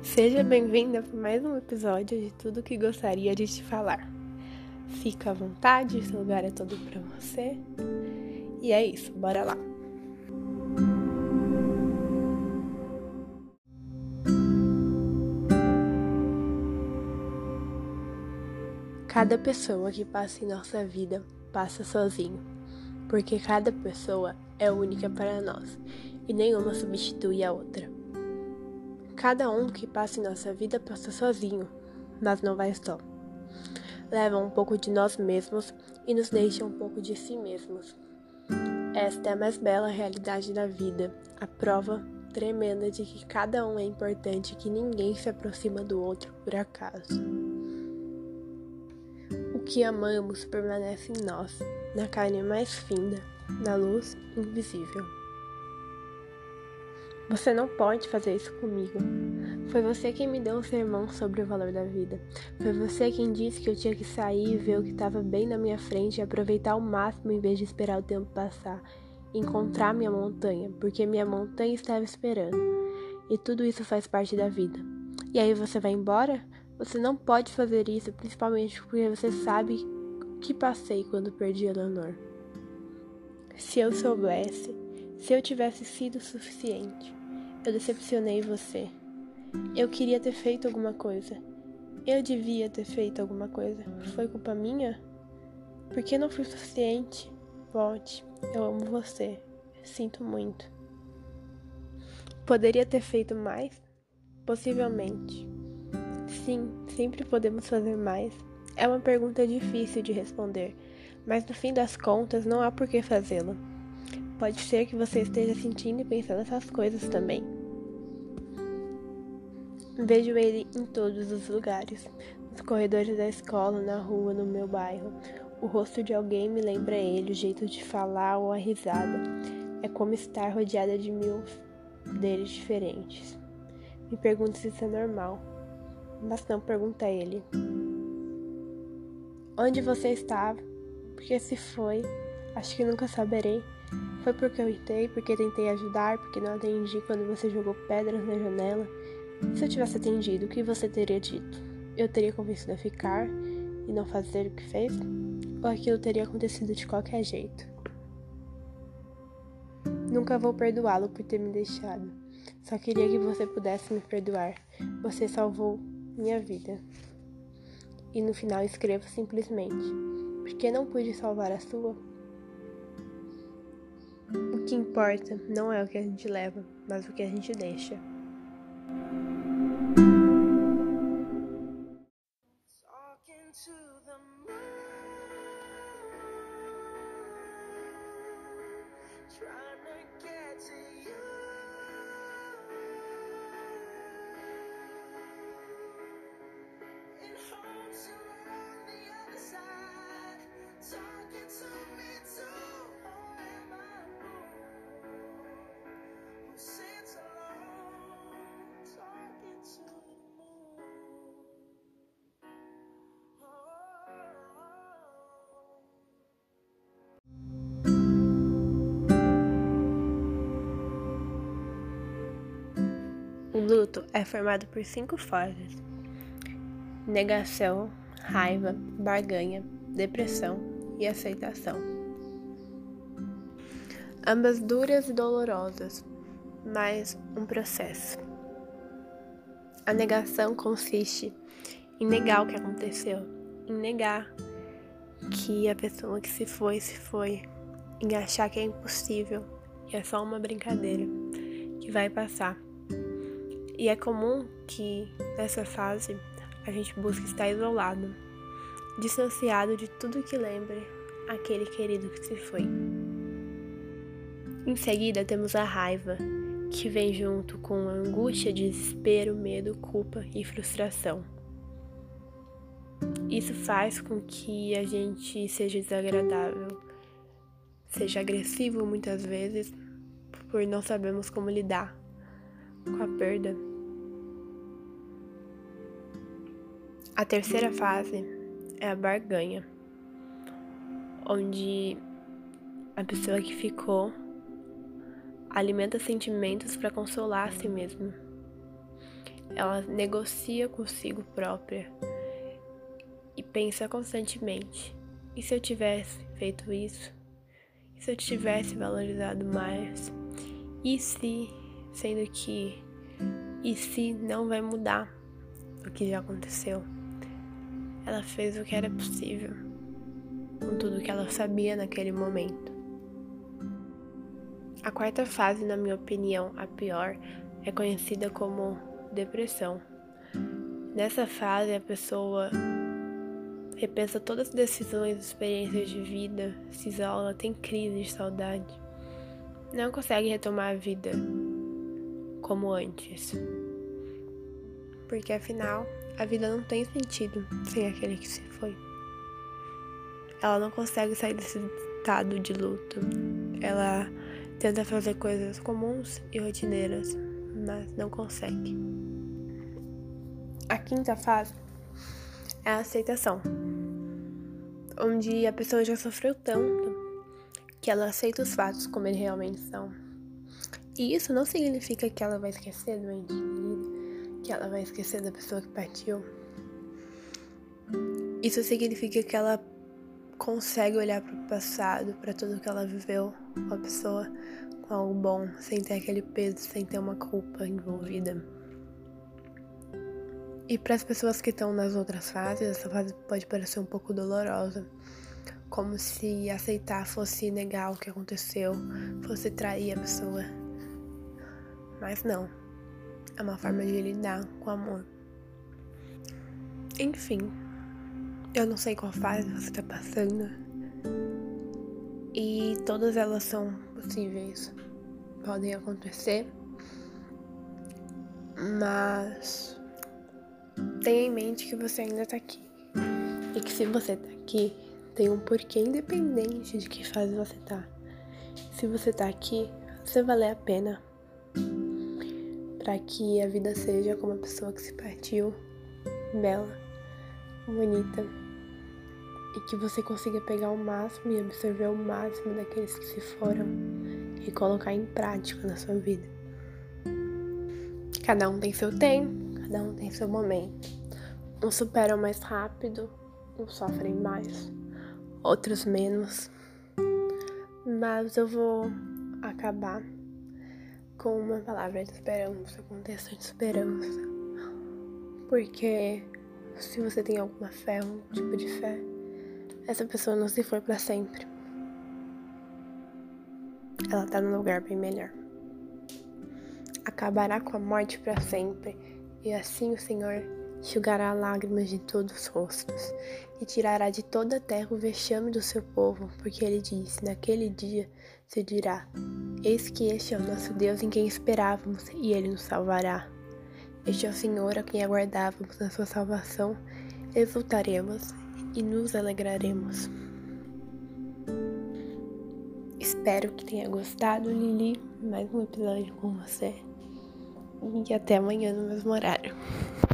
Seja bem-vinda para mais um episódio de Tudo que Gostaria de Te Falar. Fica à vontade, esse lugar é todo para você. E é isso, bora lá. Cada pessoa que passa em nossa vida passa sozinho, porque cada pessoa é única para nós e nenhuma substitui a outra. Cada um que passa em nossa vida passa sozinho, mas não vai só. Leva um pouco de nós mesmos e nos deixa um pouco de si mesmos. Esta é a mais bela realidade da vida, a prova tremenda de que cada um é importante e que ninguém se aproxima do outro por acaso. O que amamos permanece em nós, na carne mais fina, na luz invisível. Você não pode fazer isso comigo. Foi você quem me deu um sermão sobre o valor da vida. Foi você quem disse que eu tinha que sair e ver o que estava bem na minha frente e aproveitar ao máximo em vez de esperar o tempo passar. Encontrar minha montanha, porque minha montanha estava esperando. E tudo isso faz parte da vida. E aí você vai embora? Você não pode fazer isso, principalmente porque você sabe o que passei quando perdi a Leonor. Se eu soubesse, se eu tivesse sido suficiente, eu decepcionei você. Eu queria ter feito alguma coisa. Eu devia ter feito alguma coisa. Foi culpa minha? Por que não fui suficiente? Volte. Eu amo você. Sinto muito. Poderia ter feito mais? Possivelmente. Sim, sempre podemos fazer mais. É uma pergunta difícil de responder, mas no fim das contas não há por que fazê-la. Pode ser que você esteja sentindo e pensando essas coisas também. Vejo ele em todos os lugares, nos corredores da escola, na rua, no meu bairro. O rosto de alguém me lembra ele, o jeito de falar ou a risada. É como estar rodeada de 1000 deles diferentes. Me pergunto se isso é normal, mas não pergunta a ele. Onde você estava? Porque se foi, acho que nunca saberei. Foi porque eu irritei, porque tentei ajudar, porque não atendi quando você jogou pedras na janela. Se eu tivesse atendido, o que você teria dito? Eu teria convencido a ficar e não fazer o que fez? Ou aquilo teria acontecido de qualquer jeito? Nunca vou perdoá-lo por ter me deixado. Só queria que você pudesse me perdoar. Você salvou minha vida. E no final escrevo simplesmente: por que não pude salvar a sua? O que importa não é o que a gente leva, mas o que a gente deixa. To the moon, trying to get to you, and hold you on the other side, talking to me too. Oh, am I who sits alone, talking to the moon? O luto é formado por 5 fases: negação, raiva, barganha, depressão e aceitação. Ambas duras e dolorosas, mas um processo. A negação consiste em negar o que aconteceu, em negar que a pessoa que se foi, em achar que é impossível, que é só uma brincadeira, que vai passar. E é comum que, nessa fase, a gente busque estar isolado, distanciado de tudo que lembre aquele querido que se foi. Em seguida, temos a raiva, que vem junto com a angústia, desespero, medo, culpa e frustração. Isso faz com que a gente seja desagradável, seja agressivo muitas vezes, por não sabermos como lidar com a perda. A terceira fase é a barganha, onde a pessoa que ficou alimenta sentimentos para consolar a si mesma. Ela negocia consigo própria e pensa constantemente: e se eu tivesse feito isso? E se eu tivesse valorizado mais? E se, sendo que e se não vai mudar o que já aconteceu? Ela fez o que era possível, com tudo que ela sabia naquele momento. A quarta fase, na minha opinião, a pior, é conhecida como depressão. Nessa fase, a pessoa repensa todas as decisões e experiências de vida, se isola, tem crise de saudade, não consegue retomar a vida como antes. Porque afinal, a vida não tem sentido sem aquele que se foi. Ela não consegue sair desse estado de luto. Ela tenta fazer coisas comuns e rotineiras, mas não consegue. A quinta fase é a aceitação, onde a pessoa já sofreu tanto que ela aceita os fatos como eles realmente são. E isso não significa que ela vai esquecer do ente querido, que ela vai esquecer da pessoa que partiu. Isso significa que ela consegue olhar para o passado, para tudo que ela viveu com a pessoa, com algo bom, sem ter aquele peso, sem ter uma culpa envolvida. E para as pessoas que estão nas outras fases, essa fase pode parecer um pouco dolorosa, como se aceitar fosse negar o que aconteceu, fosse trair a pessoa. Mas não, é uma forma de lidar com o amor. Enfim, eu não sei qual fase você tá passando, e todas elas são possíveis, podem acontecer, mas tenha em mente que você ainda tá aqui, e que se você tá aqui, tem um porquê independente de que fase você tá. Se você tá aqui, você vale a pena, para que a vida seja como a pessoa que se partiu, bela, bonita, e que você consiga pegar o máximo e absorver o máximo daqueles que se foram e colocar em prática na sua vida. Cada um tem seu tempo, cada um tem seu momento. Uns superam mais rápido, uns sofrem mais, outros menos. Mas eu vou acabar com uma palavra de esperança, com um texto de esperança. Porque se você tem alguma fé, um tipo de fé, essa pessoa não se foi pra sempre. Ela tá num lugar bem melhor. Acabará com a morte pra sempre, e assim o Senhor enxugará lágrimas de todos os rostos, e tirará de toda a terra o vexame do seu povo, porque ele disse: naquele dia se dirá: eis que este é o nosso Deus em quem esperávamos, e ele nos salvará. Este é o Senhor a quem aguardávamos na sua salvação, exultaremos e nos alegraremos. Espero que tenha gostado, Lili, mais um episódio com você, e até amanhã no mesmo horário.